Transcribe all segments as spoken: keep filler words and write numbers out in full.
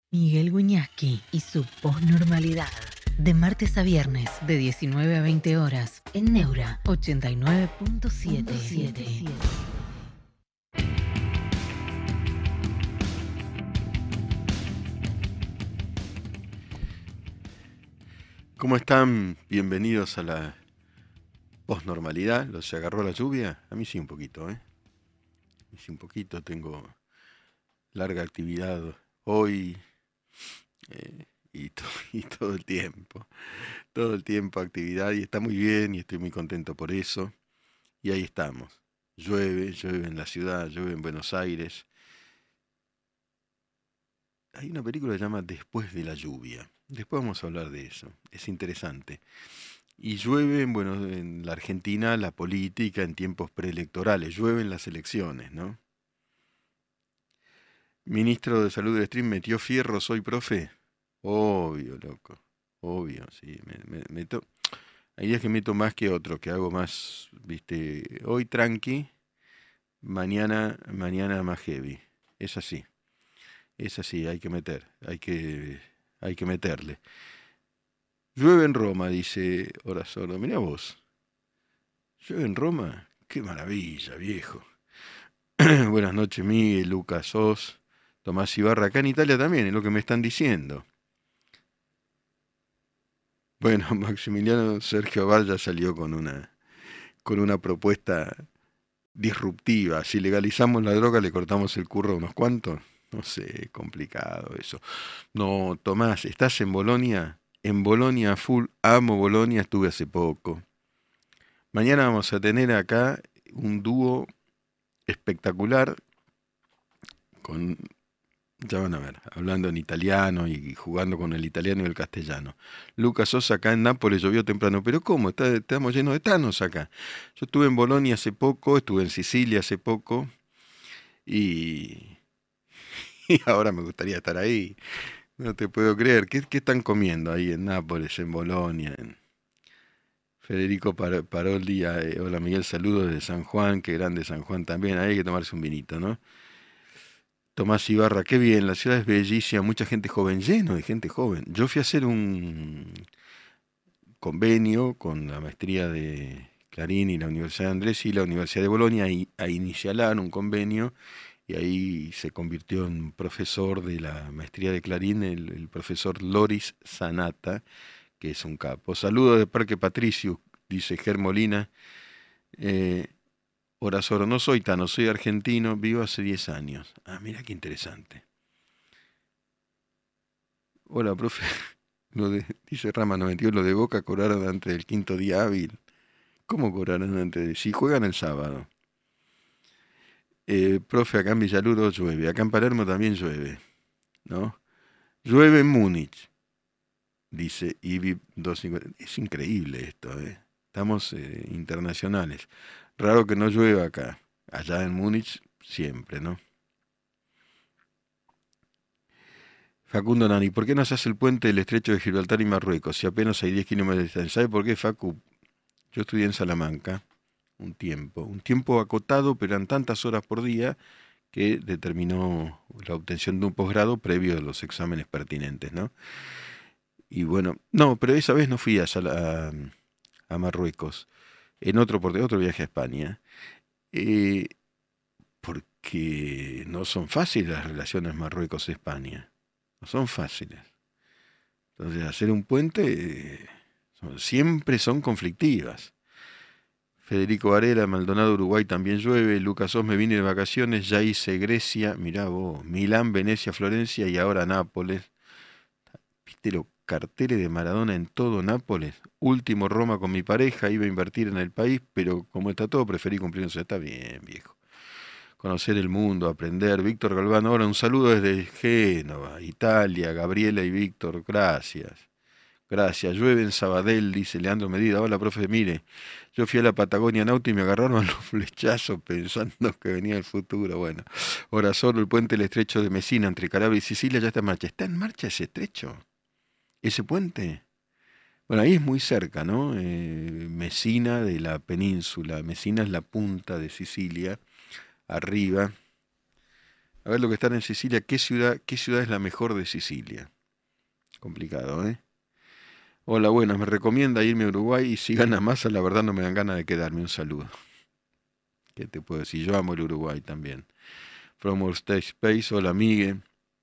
Miguel Wiñaski y su posnormalidad. De martes a viernes, de diecinueve a veinte horas, en Neura ochenta y nueve punto siete. ¿Cómo están? Bienvenidos a la posnormalidad. ¿Los agarró la lluvia? A mí sí un poquito, ¿eh? A mí sí un poquito. Tengo larga actividad hoy eh, y, to y todo el tiempo. Todo el tiempo actividad y está muy bien y estoy muy contento por eso. Y ahí estamos. Llueve, llueve en la ciudad, llueve en Buenos Aires. Hay una película que se llama Después de la lluvia. Después vamos a hablar de eso. Es interesante. Y llueve, bueno, en la Argentina la política en tiempos preelectorales, llueven las elecciones, ¿no? Ministro de Salud del Stream, ¿metió fierro, soy profe? Obvio, loco, obvio, sí. Me, me, meto. Hay días que meto más que otros, que hago más, viste, hoy tranqui, mañana, mañana más heavy. Es así, es así, hay que meter, hay que, hay que meterle. Llueve en Roma, dice Horacio. Mirá vos. ¿Llueve en Roma? Qué maravilla, viejo. Buenas noches, Miguel, Lucas Sos, Tomás Ibarra. Acá en Italia también, es lo que me están diciendo. Bueno, Maximiliano Sergio Valla salió con una, con una propuesta disruptiva. Si legalizamos la droga, le cortamos el curro a unos cuantos. No sé, complicado eso. No, Tomás, ¿estás en Bolonia? En Bolonia full, amo Bolonia, estuve hace poco. Mañana vamos a tener acá un dúo espectacular con, ya van a ver, hablando en italiano y jugando con el italiano y el castellano. Lucas Sosa acá en Nápoles llovió temprano, pero ¿cómo? Está, estamos llenos de tanos acá. Yo estuve en Bolonia hace poco, estuve en Sicilia hace poco y, y ahora me gustaría estar ahí. No te puedo creer. ¿Qué, qué están comiendo ahí en Nápoles, en Bolonia? En Federico Par Paroldi, eh, hola Miguel, saludos de San Juan, qué grande San Juan también, ahí hay que tomarse un vinito, ¿no? Tomás Ibarra, qué bien, la ciudad es bellísima, mucha gente joven, lleno de gente joven. Yo fui a hacer un convenio con la maestría de Clarín y la Universidad de Andrés y la Universidad de Bolonia y a inicialar un convenio y ahí se convirtió en profesor de la maestría de Clarín el, el profesor Loris Sanata, que es un capo. Saludos de Parque Patricius, dice Germolina. Eh, Horazoro, no soy tano, soy argentino, vivo hace diez años. Ah, mira qué interesante. Hola, profe. Lo de, dice Rama noventa y uno, lo de Boca cobraron antes del quinto día hábil. ¿Cómo cobraron antes de? Si juegan el sábado. Eh, profe, acá en Villaluro llueve. Acá en Palermo también llueve, ¿no? Llueve en Múnich, dice Ibi doscientos cincuenta. Es increíble esto, ¿eh? Estamos eh, internacionales. Raro que no llueva acá. Allá en Múnich siempre, ¿no? Facundo Nani, ¿por qué no se hace el puente del estrecho de Gibraltar y Marruecos si apenas hay diez kilómetros de distancia? ¿Sabe por qué, Facu? Yo estudié en Salamanca un tiempo, un tiempo acotado, pero eran tantas horas por día que determinó la obtención de un posgrado previo a los exámenes pertinentes, ¿no? Y bueno, no, pero esa vez no fui a, a, a Marruecos, en otro, por otro viaje a España, eh, porque no son fáciles las relaciones Marruecos-España, no son fáciles. Entonces, hacer un puente eh, son, siempre son conflictivas. Federico Varela, Maldonado, Uruguay también llueve. Lucas Os, me vine de vacaciones, ya hice Grecia, mirá vos, Milán, Venecia, Florencia y ahora Nápoles. ¿Viste los carteles de Maradona en todo Nápoles? Último Roma con mi pareja, iba a invertir en el país, pero como está todo, preferí cumplir. Está bien, viejo. Conocer el mundo, aprender. Víctor Galván, ahora un saludo desde Génova, Italia. Gabriela y Víctor, gracias. Gracias. Llueve en Sabadell, dice Leandro Medida. Hola, profe, mire. Yo fui a la Patagonia Nauta y me agarraron los flechazos pensando que venía el futuro. Bueno, ahora solo el puente del estrecho de Messina entre Calabria y Sicilia ya está en marcha. ¿Está en marcha ese estrecho? ¿Ese puente? Bueno, ahí es muy cerca, ¿no? Eh, Messina de la península. Messina es la punta de Sicilia, arriba. A ver lo que está en Sicilia. ¿Qué ciudad, qué ciudad es la mejor de Sicilia? Complicado, ¿eh? Hola, buenas. Me recomienda irme a Uruguay y si gana Massa, la verdad no me dan ganas de quedarme. Un saludo. ¿Qué te puedo decir? Yo amo el Uruguay también. From Our Stage Space. Hola, Miguel.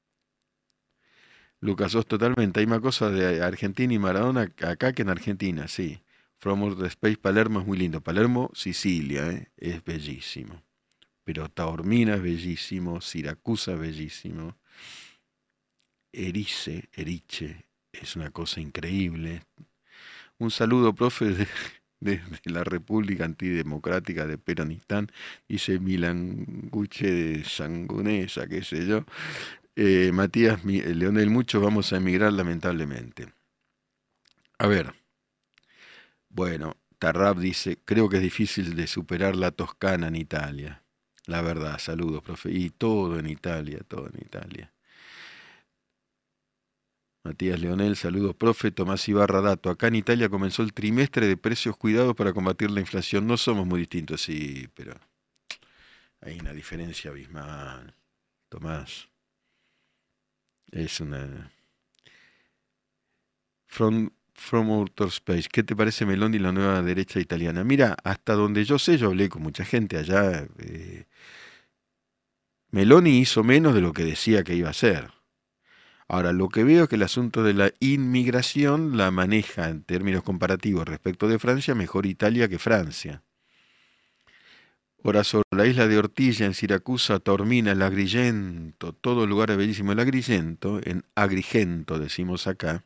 Lucas, sos totalmente. Hay más cosas de Argentina y Maradona acá que en Argentina, sí. From Outer Space, Palermo es muy lindo. Palermo, Sicilia, ¿eh? Es bellísimo. Pero Taormina es bellísimo, Siracusa es bellísimo. Erice, Eriche, es una cosa increíble. Un saludo, profe, desde de, de la República Antidemocrática de Peronistán, dice Milanguche de Sangonesa, qué sé yo. Eh, Matías Mi, Leonel, muchos vamos a emigrar lamentablemente. A ver, bueno, Tarrab dice, creo que es difícil de superar la Toscana en Italia. La verdad, saludos, profe. Y todo en Italia, todo en Italia. Matías Leonel, saludos, profe. Tomás Ibarra, dato. Acá en Italia comenzó el trimestre de precios cuidados para combatir la inflación. No somos muy distintos, sí, pero hay una diferencia abismal. Tomás, es una... From, from Outer Space, ¿qué te parece Meloni y la nueva derecha italiana? Mira, hasta donde yo sé, yo hablé con mucha gente allá. Eh, Meloni hizo menos de lo que decía que iba a hacer. Ahora, lo que veo es que el asunto de la inmigración la maneja en términos comparativos respecto de Francia mejor Italia que Francia. Ahora, sobre la isla de Ortilla, en Siracusa, Taormina, el Agrigento, todo lugar es bellísimo. El Agrigento, en Agrigento decimos acá,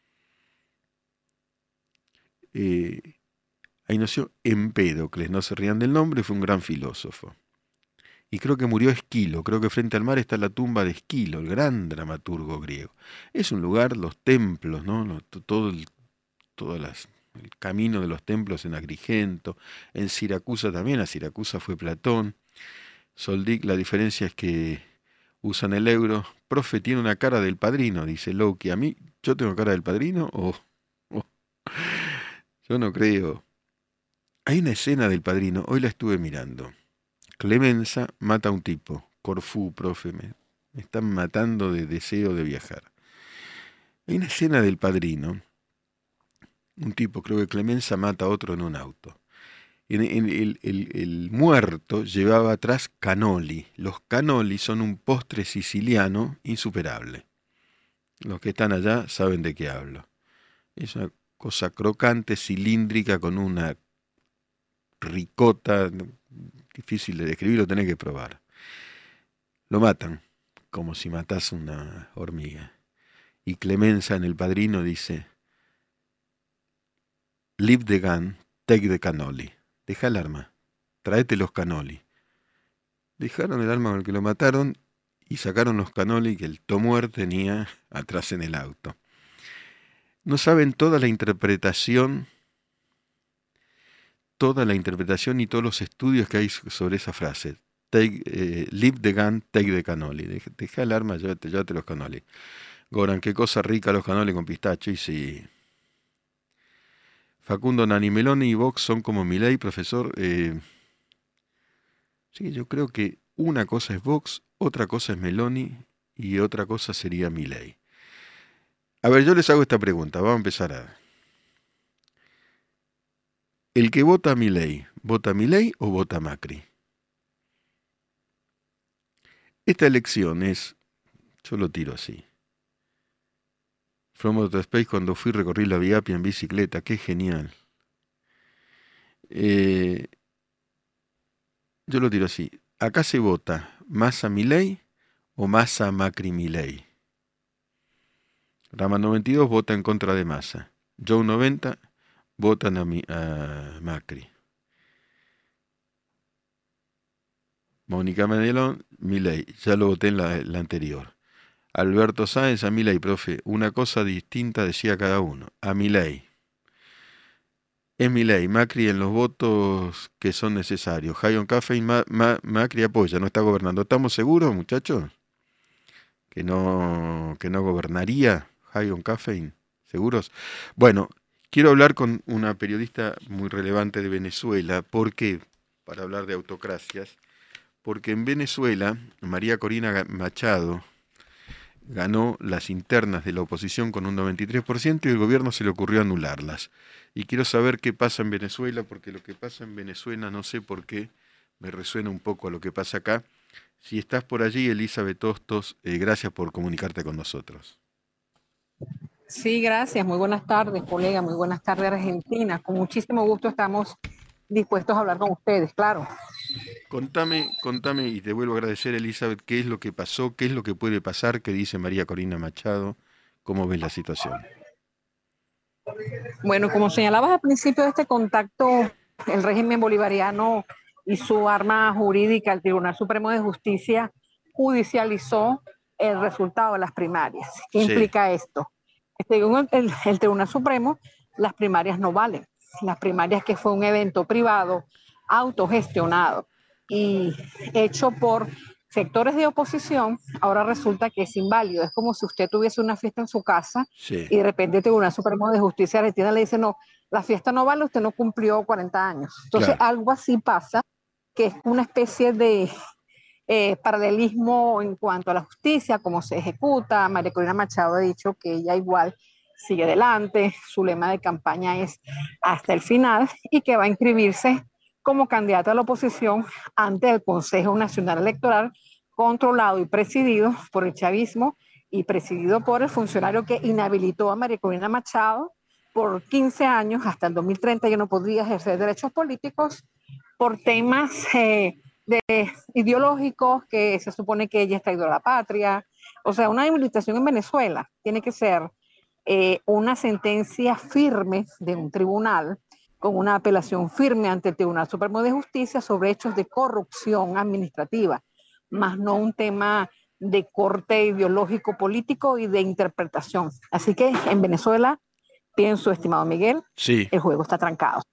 eh, ahí nació Empédocles, no se rían del nombre, fue un gran filósofo. Y creo que murió Esquilo, creo que frente al mar está la tumba de Esquilo, el gran dramaturgo griego. Es un lugar, los templos, ¿no? Todo el, todas las, el camino de los templos en Agrigento, en Siracusa también, a Siracusa fue Platón. Soldic, la diferencia es que usan el euro. Profe, tiene una cara del padrino, dice Loki. ¿A mí, yo tengo cara del padrino? O oh, yo no creo. Hay una escena del padrino, hoy la estuve mirando. Clemenza mata a un tipo. Corfú, profe, me, me están matando de deseo de viajar. Hay una escena del padrino. Un tipo, creo que Clemenza mata a otro en un auto. En, en, el, el, el muerto llevaba atrás cannoli. Los cannoli son un postre siciliano insuperable. Los que están allá saben de qué hablo. Es una cosa crocante, cilíndrica, con una ricota, difícil de describir, lo tenés que probar. Lo matan, como si matase una hormiga. Y Clemenza en El Padrino dice, leave the gun, take the cannoli. Deja el arma, tráete los cannoli. Dejaron el arma con el que lo mataron y sacaron los cannoli que el Tomuer tenía atrás en el auto. No saben toda la interpretación, toda la interpretación y todos los estudios que hay sobre esa frase. Take, eh, leave the gun, take the cannoli. Deja, deja el arma, llévate, llévate los cannoli. Goran, qué cosa rica los cannoli con pistacho, y sí. Facundo, Nani Meloni y Vox son como Milei, profesor. Eh, sí, yo creo que una cosa es Vox, otra cosa es Meloni y otra cosa sería Milei. A ver, yo les hago esta pregunta, vamos a empezar a... ¿El que vota a Milei, vota a Milei o vota a Macri? Esta elección es, yo lo tiro así. From Outer Space, cuando fui recorrí la Vía Apia en bicicleta, qué genial. Eh, yo lo tiro así. Acá se vota Massa Milei o Massa Macri Milei. Rama noventa y dos vota en contra de Massa. Joe noventa votan a, mi, a Macri. Mónica Menelón, Milei. Ya lo voté en la, la anterior. Alberto Sáenz, a Milei, profe. Una cosa distinta decía cada uno. A Milei. Es Milei. Macri en los votos que son necesarios. Jayon Caffein, Ma, Ma, Macri apoya. No está gobernando. ¿Estamos seguros, muchachos? Que no, que no gobernaría Jayon Caffein. ¿Seguros? Bueno, quiero hablar con una periodista muy relevante de Venezuela. ¿Por qué? Para hablar de autocracias. porque en Venezuela María Corina Machado ganó las internas de la oposición con un noventa y tres por ciento y el gobierno se le ocurrió anularlas. Y quiero saber qué pasa en Venezuela, porque lo que pasa en Venezuela no sé por qué, me resuena un poco a lo que pasa acá. Si estás por allí, Elizabeth Hostos, eh, gracias por comunicarte con nosotros. Sí, gracias. Muy buenas tardes, colega. Muy buenas tardes, Argentina. Con muchísimo gusto estamos dispuestos a hablar con ustedes, claro. Contame, contame, y te vuelvo a agradecer, Elizabeth, qué es lo que pasó, qué es lo que puede pasar, qué dice María Corina Machado, cómo ves la situación. Bueno, como señalabas al principio de este contacto, el régimen bolivariano y su arma jurídica, el Tribunal Supremo de Justicia, judicializó el resultado de las primarias. ¿Qué Sí, implica esto? Según el, el, el Tribunal Supremo, las primarias no valen. Las primarias, que fue un evento privado, autogestionado y hecho por sectores de oposición, ahora resulta que es inválido. Es como si usted tuviese una fiesta en su casa sí, y de repente el Tribunal Supremo de Justicia de Argentina le dice, no, la fiesta no vale, usted no cumplió cuarenta años. Entonces, claro. algo así pasa, que es una especie de eh, paralelismo en cuanto a la justicia, cómo se ejecuta. María Corina Machado ha dicho que ella igual sigue adelante, su lema de campaña es hasta el final y que va a inscribirse como candidata a la oposición ante el Consejo Nacional Electoral, controlado y presidido por el chavismo y presidido por el funcionario que inhabilitó a María Corina Machado por quince años, hasta el dos mil treinta ya no podría ejercer derechos políticos por temas eh, de, ideológicos, que se supone que ella es traidora a la patria. O sea, una inhabilitación en Venezuela tiene que ser eh, una sentencia firme de un tribunal con una apelación firme ante el Tribunal Supremo de Justicia sobre hechos de corrupción administrativa, más no un tema de corte ideológico político y de interpretación. Así que en Venezuela, pienso, estimado Miguel, Sí, el juego está trancado.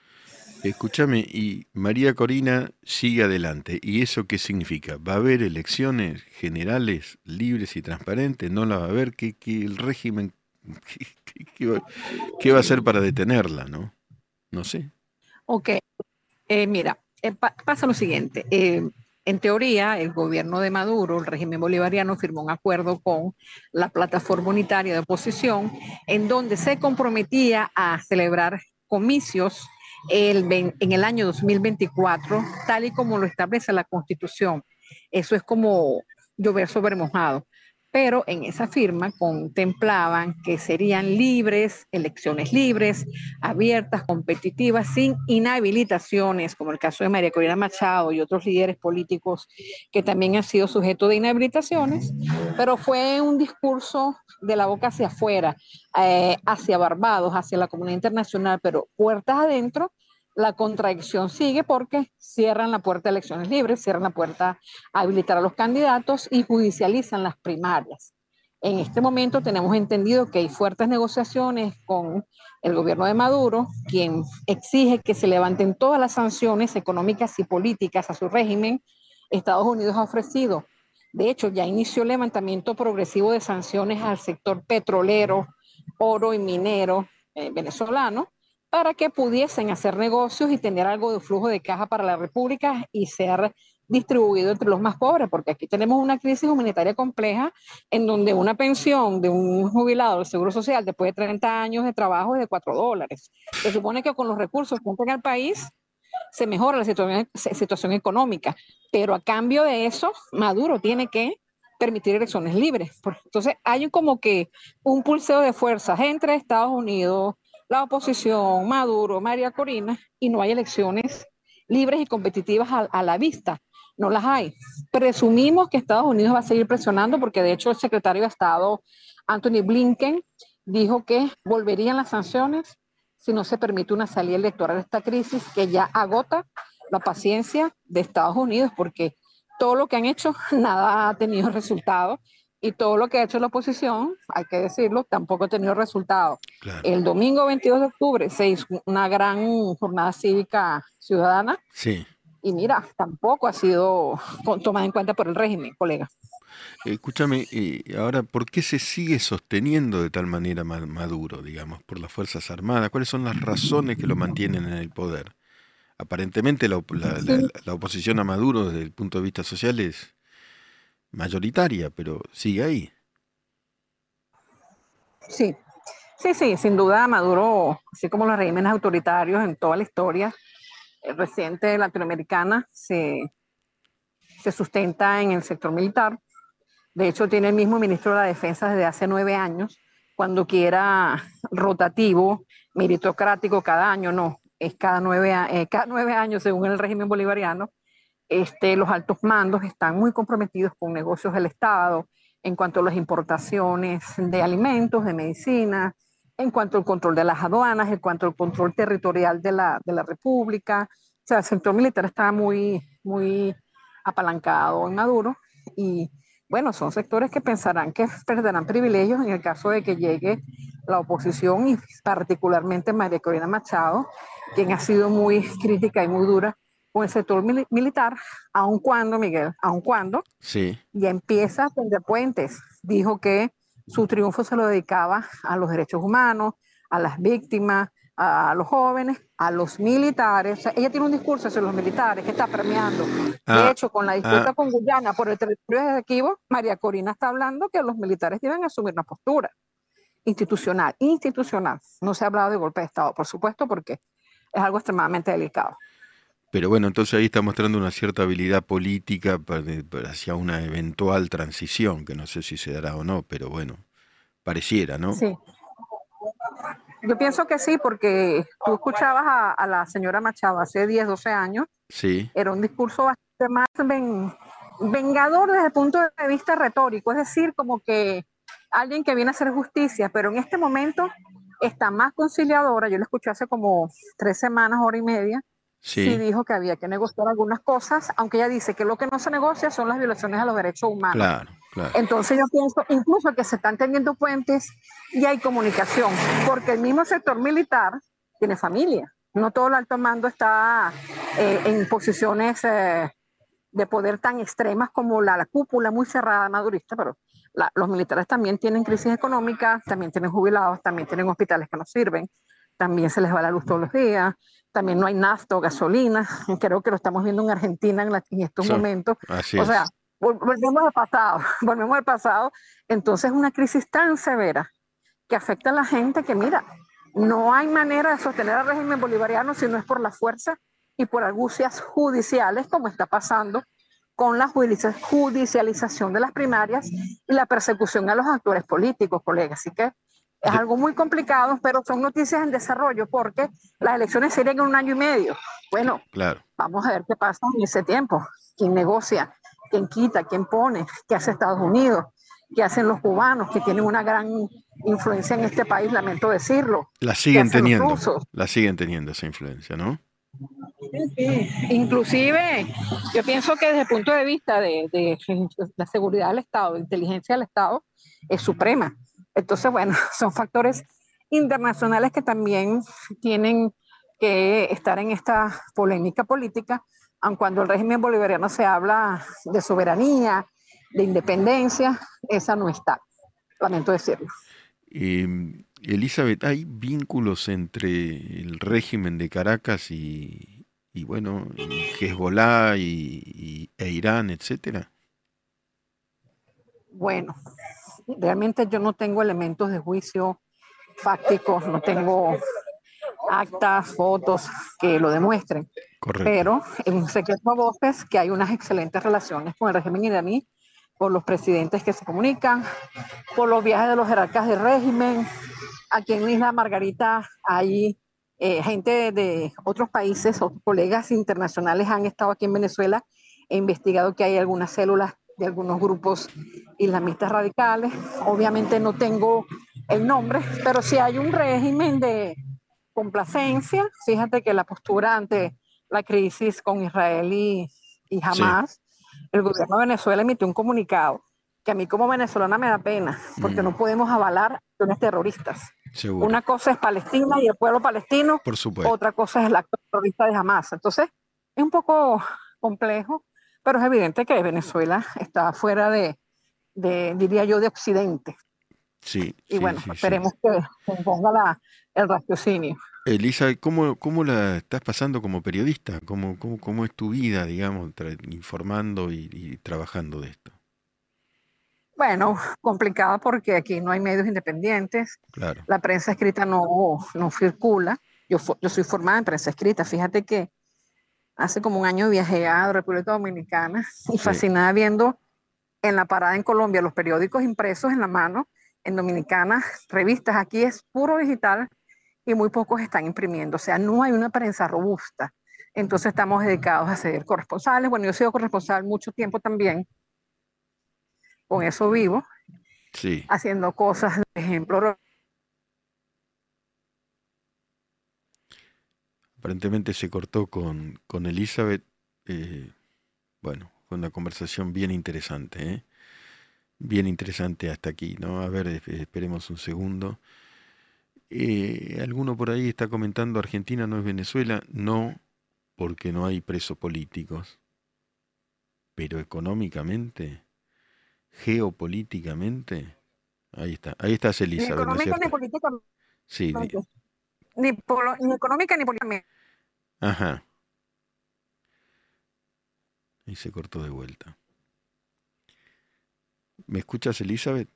escúchame, y María Corina sigue adelante. ¿Y eso qué significa? ¿Va a haber elecciones generales, libres y transparentes? ¿No la va a haber? ¿Qué, qué el régimen, qué, qué- qué va, qué va a hacer para detenerla, no? No sé. Ok, eh, mira, eh, pa pasa lo siguiente. Eh, en teoría, el gobierno de Maduro, el régimen bolivariano, firmó un acuerdo con la plataforma unitaria de oposición en donde se comprometía a celebrar comicios el, en el año dos mil veinticuatro, tal y como lo establece la Constitución. Eso es como llover sobre mojado. Pero en esa firma contemplaban que serían libres, elecciones libres, abiertas, competitivas, sin inhabilitaciones, como el caso de María Corina Machado y otros líderes políticos que también han sido sujetos de inhabilitaciones, pero fue un discurso de la boca hacia afuera, eh, hacia Barbados, hacia la comunidad internacional, pero puertas adentro. La contradicción sigue porque cierran la puerta a elecciones libres, cierran la puerta a habilitar a los candidatos y judicializan las primarias. En este momento tenemos entendido que hay fuertes negociaciones con el gobierno de Maduro, quien exige que se levanten todas las sanciones económicas y políticas a su régimen. Estados Unidos ha ofrecido, de hecho, ya inició el levantamiento progresivo de sanciones al sector petrolero, oro y minero eh, venezolano, para que pudiesen hacer negocios y tener algo de flujo de caja para la República y ser distribuido entre los más pobres, porque aquí tenemos una crisis humanitaria compleja en donde una pensión de un jubilado del Seguro Social después de treinta años de trabajo es de cuatro dólares. Se supone que con los recursos que entra el país se mejora la situación, situación económica, pero a cambio de eso, Maduro tiene que permitir elecciones libres. Entonces hay como que un pulseo de fuerzas entre Estados Unidos, la oposición, Maduro, María Corina, y no hay elecciones libres y competitivas a, a la vista. No las hay. Presumimos que Estados Unidos va a seguir presionando porque de hecho el secretario de Estado, Anthony Blinken, dijo que volverían las sanciones si no se permite una salida electoral de esta crisis que ya agota la paciencia de Estados Unidos, porque todo lo que han hecho, nada ha tenido resultado, y todo lo que ha hecho la oposición, hay que decirlo, tampoco ha tenido resultado. Claro. El domingo veintidós de octubre se hizo una gran jornada cívica ciudadana, Sí. y mira, tampoco ha sido tomada en cuenta por el régimen, colega. Escúchame, eh, ahora, ¿por qué se sigue sosteniendo de tal manera Maduro, digamos, por las Fuerzas Armadas? ¿Cuáles son las razones que lo mantienen en el poder? Aparentemente la, op- la- la- Sí, la oposición a Maduro desde el punto de vista social es mayoritaria, pero sigue ahí. sí, sí, sí, sin duda Maduro, así como los regímenes autoritarios en toda la historia eh, reciente latinoamericana, se, se sustenta en el sector militar. De hecho, tiene el mismo ministro de la Defensa desde hace nueve años, cuando quiera rotativo, meritocrático cada año, no, es cada nueve, a- eh, cada nueve años según el régimen bolivariano. Este, los altos mandos están muy comprometidos con negocios del Estado en cuanto a las importaciones de alimentos, de medicinas, en cuanto al control de las aduanas, en cuanto al control territorial de la, de la República. O sea, el sector militar está muy, muy apalancado en Maduro y bueno, son sectores que pensarán que perderán privilegios en el caso de que llegue la oposición y particularmente María Corina Machado, quien ha sido muy crítica y muy dura con el sector mili- militar, aun cuando, Miguel, aun cuando Sí. ya empieza a tender puentes. Dijo que su triunfo se lo dedicaba a los derechos humanos, a las víctimas, a los jóvenes, a los militares. O sea, ella tiene un discurso sobre los militares que está premiando. De Ah, hecho, con la ah, disputa con Guyana por el territorio de Esequibo, María Corina está hablando que los militares deben asumir una postura institucional, institucional. No se ha hablado de golpe de Estado, por supuesto, porque es algo extremadamente delicado. pero bueno, entonces ahí está mostrando una cierta habilidad política para- para hacia una eventual transición, que no sé si se dará o no, pero bueno, pareciera, ¿no? Sí, yo pienso que sí, porque tú escuchabas a, a la señora Machado hace diez, doce años, Sí, era un discurso bastante más ven- vengador desde el punto de vista retórico, es decir, como que alguien que viene a hacer justicia, pero en este momento está más conciliadora. Yo la escuché hace como tres semanas, hora y media, sí sí, dijo que había que negociar algunas cosas, aunque ella dice que lo que no se negocia son las violaciones a los derechos humanos. claro, claro. Entonces yo pienso incluso que se están teniendo puentes y hay comunicación, porque el mismo sector militar tiene familia. No todo el alto mando está eh, en posiciones eh, de poder tan extremas como la, la cúpula muy cerrada madurista, pero la, los militares también tienen crisis económica, también tienen jubilados, también tienen hospitales que no sirven, también se les va la luz todos los días, también no hay nafta o gasolina. Creo que lo estamos viendo en Argentina en, la, en estos So, momentos. así O sea, es. vol volvemos al pasado, volvemos al pasado. Entonces, una crisis tan severa que afecta a la gente que, mira, no hay manera de sostener al régimen bolivariano si no es por la fuerza y por argucias judiciales, como está pasando con la judicialización de las primarias y la persecución a los actores políticos, colegas. Así que es De- algo muy complicado, pero son noticias en desarrollo porque las elecciones serían en un año y medio. Bueno, claro. vamos a ver qué pasa en ese tiempo. ¿Quién negocia? ¿Quién quita? ¿Quién pone? ¿Qué hace Estados Unidos? ¿Qué hacen los cubanos, que tienen una gran influencia en este país, lamento decirlo? La ¿Qué siguen hacen los teniendo, rusos? la siguen teniendo esa influencia, ¿no? Sí. Inclusive, yo pienso que desde el punto de vista de, de la seguridad del Estado, de inteligencia del Estado, es suprema. Entonces, bueno, son factores internacionales que también tienen que estar en esta polémica política, aun cuando el régimen bolivariano se habla de soberanía, de independencia, esa no está, lamento decirlo. Em, Elizabeth, ¿hay vínculos entre el régimen de Caracas y, y bueno, y Hezbolá y, y- e Irán, etcétera? Bueno, realmente yo no tengo elementos de juicio fácticos, no tengo actas, fotos que lo demuestren, Correcto. pero en un secreto a voces que hay unas excelentes relaciones con el régimen iraní por los presidentes que se comunican, por los viajes de los jerarcas del régimen. Aquí en Isla Margarita hay eh, gente de, de otros países, otros colegas internacionales han estado aquí en Venezuela e investigado que hay algunas células de algunos grupos islamistas radicales. Obviamente no tengo el nombre, pero sí hay un régimen de complacencia. Fíjate que la postura ante la crisis con Israel y, y Sí. Hamas, el gobierno de Venezuela emitió un comunicado que a mí como venezolana me da pena, porque Mm, no podemos avalar acciones terroristas. seguro. Una cosa es Palestina y el pueblo palestino, Por supuesto. otra cosa es el acto terrorista de Hamas. Entonces, es un poco complejo, pero es evidente que Venezuela está fuera de, de diría yo, de Occidente. Sí, Y sí, bueno, sí, sí. esperemos que se imponga la, el raciocinio. Elisa, ¿cómo, cómo la estás pasando como periodista? ¿Cómo, cómo, cómo es tu vida, digamos, tra- informando y, y trabajando de esto? Bueno, complicada porque aquí no hay medios independientes, Claro, la prensa escrita no, no circula. Yo, fo- yo soy formada en prensa escrita. Fíjate que hace como un año viajé a República Dominicana y sí, fascinada viendo en la parada en Colombia los periódicos impresos en la mano, en Dominicana, revistas. Aquí es puro digital y muy pocos están imprimiendo. O sea, no hay una prensa robusta. Entonces estamos dedicados a ser corresponsales. Bueno, yo he sido corresponsal mucho tiempo también, con eso vivo, sí. haciendo cosas, por ejemplo, Aparentemente se cortó con, con Elizabeth. eh, bueno, fue una conversación bien interesante, ¿eh? Bien interesante hasta aquí, ¿no? A ver, es- esperemos un segundo. Eh, alguno por ahí está comentando, Argentina no es Venezuela. No, porque no hay presos políticos. Pero económicamente, geopolíticamente, ahí está. Ahí estás, ni Elizabeth, ¿no es económica ni cierto? políticamente, Sí, di- ni, polo- ni económica ni políticamente. ajá. Ahí se cortó de vuelta. ¿Me escuchas, Elizabeth?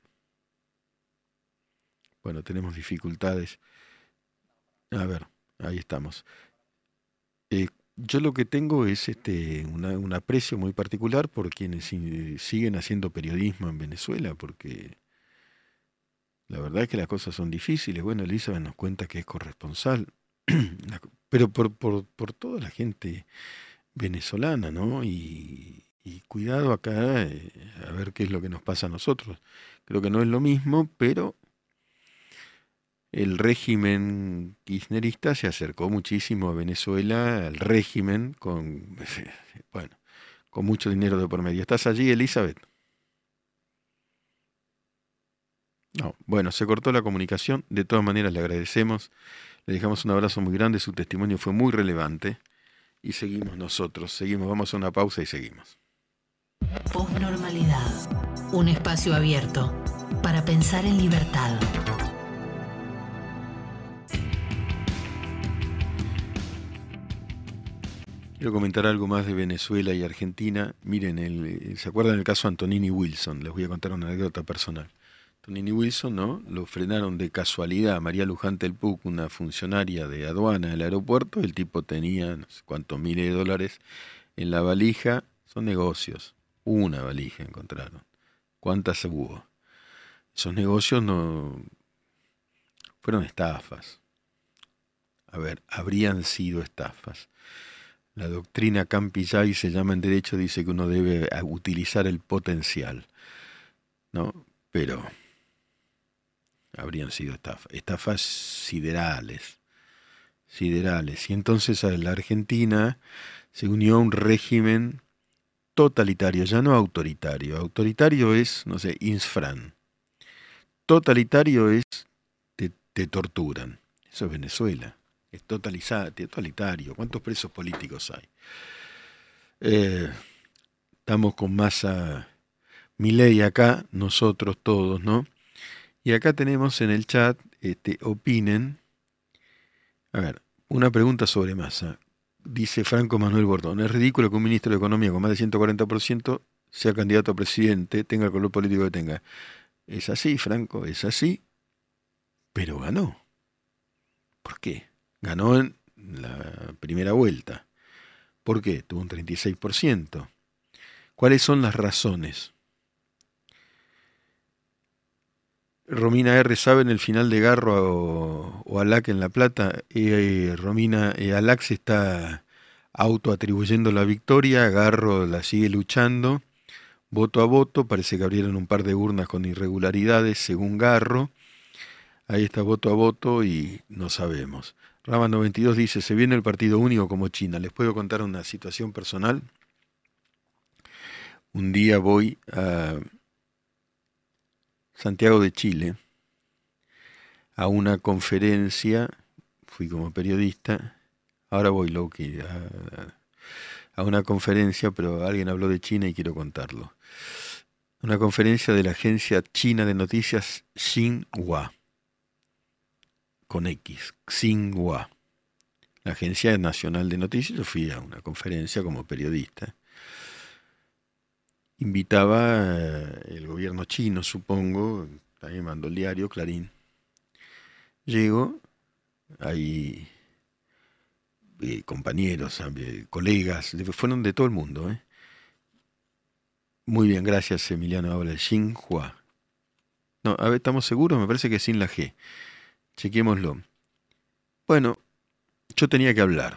Bueno, tenemos dificultades. A ver, ahí estamos. Eh, yo lo que tengo es este, una- un aprecio muy particular por quienes si- siguen haciendo periodismo en Venezuela, porque la verdad es que las cosas son difíciles. Bueno, Elizabeth nos cuenta que es corresponsal, la co- pero por, por, por toda la gente venezolana, ¿no? Y, y cuidado acá, eh, a ver qué es lo que nos pasa a nosotros. Creo que no es lo mismo, pero el régimen kirchnerista se acercó muchísimo a Venezuela, al régimen, con, bueno, con mucho dinero de por medio. ¿Estás allí, Elizabeth? No. Bueno, se cortó la comunicación. De todas maneras, le agradecemos. Le dejamos un abrazo muy grande. Su testimonio fue muy relevante. Y seguimos nosotros. Seguimos. Vamos a una pausa y seguimos. Posnormalidad. Un espacio abierto para pensar en libertad. Quiero comentar algo más de Venezuela y Argentina. Miren, el, ¿se acuerdan del caso Antonini Wilson? Les voy a contar una anécdota personal. Antonini Wilson, ¿no? Lo frenaron de casualidad. María Luján Del Puc, una funcionaria de aduana del aeropuerto. El tipo tenía no sé cuántos miles de dólares en la valija. Son negocios. Una valija encontraron. ¿Cuántas hubo? Esos negocios no fueron estafas. A ver, habrían sido estafas. La doctrina Campillay se llama en derecho, dice que uno debe a- utilizar el potencial, ¿no? Pero habrían sido estafas, estafas siderales, siderales. Y entonces a la Argentina se unió a un régimen totalitario, ya no autoritario. Autoritario es, no sé, Insfran. Totalitario es, te, te torturan. Eso es Venezuela. Es totaliza- totalitario. ¿Cuántos presos políticos hay? Eh, estamos con masa Milei acá, nosotros todos, ¿no? Y acá tenemos en el chat, este, opinen. A ver, una pregunta sobre Massa. Dice Franco Manuel Bordón, es ridículo que un ministro de Economía con más de ciento cuarenta por ciento sea candidato a presidente, tenga el color político que tenga. Es así, Franco, es así, pero ganó. ¿Por qué? Ganó en la primera vuelta. ¿Por qué? Tuvo un treinta y seis por ciento. ¿Cuáles son las razones? Romina R. sabe en el final de Garro o, o Alac en La Plata. Eh, Romina, eh, Alac se está autoatribuyendo la victoria, Garro la sigue luchando, voto a voto, parece que abrieron un par de urnas con irregularidades según Garro. Ahí está voto a voto y no sabemos. Rama noventa y dos dice, se viene el partido único como China. ¿Les puedo contar una situación personal? Un día voy a Santiago de Chile a una conferencia, fui como periodista, ahora voy Loki a, a una conferencia, pero alguien habló de China y quiero contarlo. Una conferencia de la agencia china de noticias Xinhua, con X, Xinhua. la Agencia Nacional de Noticias. Yo fui a una conferencia como periodista. Invitaba eh, el gobierno chino, supongo, también mandó el diario Clarín. Llego, hay eh, compañeros, eh, colegas, fueron de todo el mundo. ¿eh? Muy bien, gracias Emiliano, habla de Xinhua. No, a ver, ¿estamos seguros? Me parece que sin la G. Chequémoslo. Bueno, yo tenía que hablar.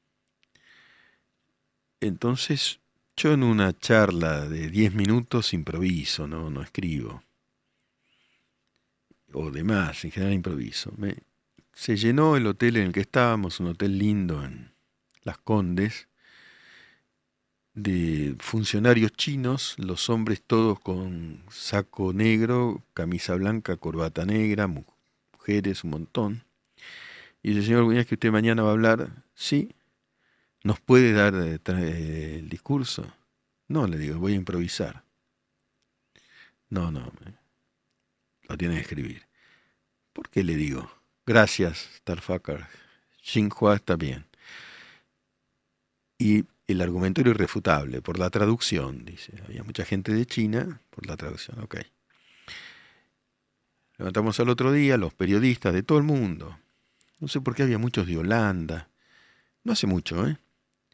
Entonces, yo en una charla de diez minutos improviso, no, no escribo. O demás, en general improviso. Me, se llenó el hotel en el que estábamos, un hotel lindo en Las Condes, de funcionarios chinos, los hombres todos con saco negro, camisa blanca, corbata negra, mujeres un montón. Y dice, señor Guñaz, que usted mañana va a hablar. Sí. ¿Nos puede dar eh, el discurso? No, le digo, voy a improvisar. No, no, lo tiene que escribir. ¿Por qué le digo? Gracias, Starfucker. Xinhua está bien. Y el argumento era irrefutable, por la traducción, dice. Había mucha gente de China, por la traducción, ok. Levantamos al otro día, los periodistas de todo el mundo. No sé por qué había muchos de Holanda. No hace mucho, ¿eh?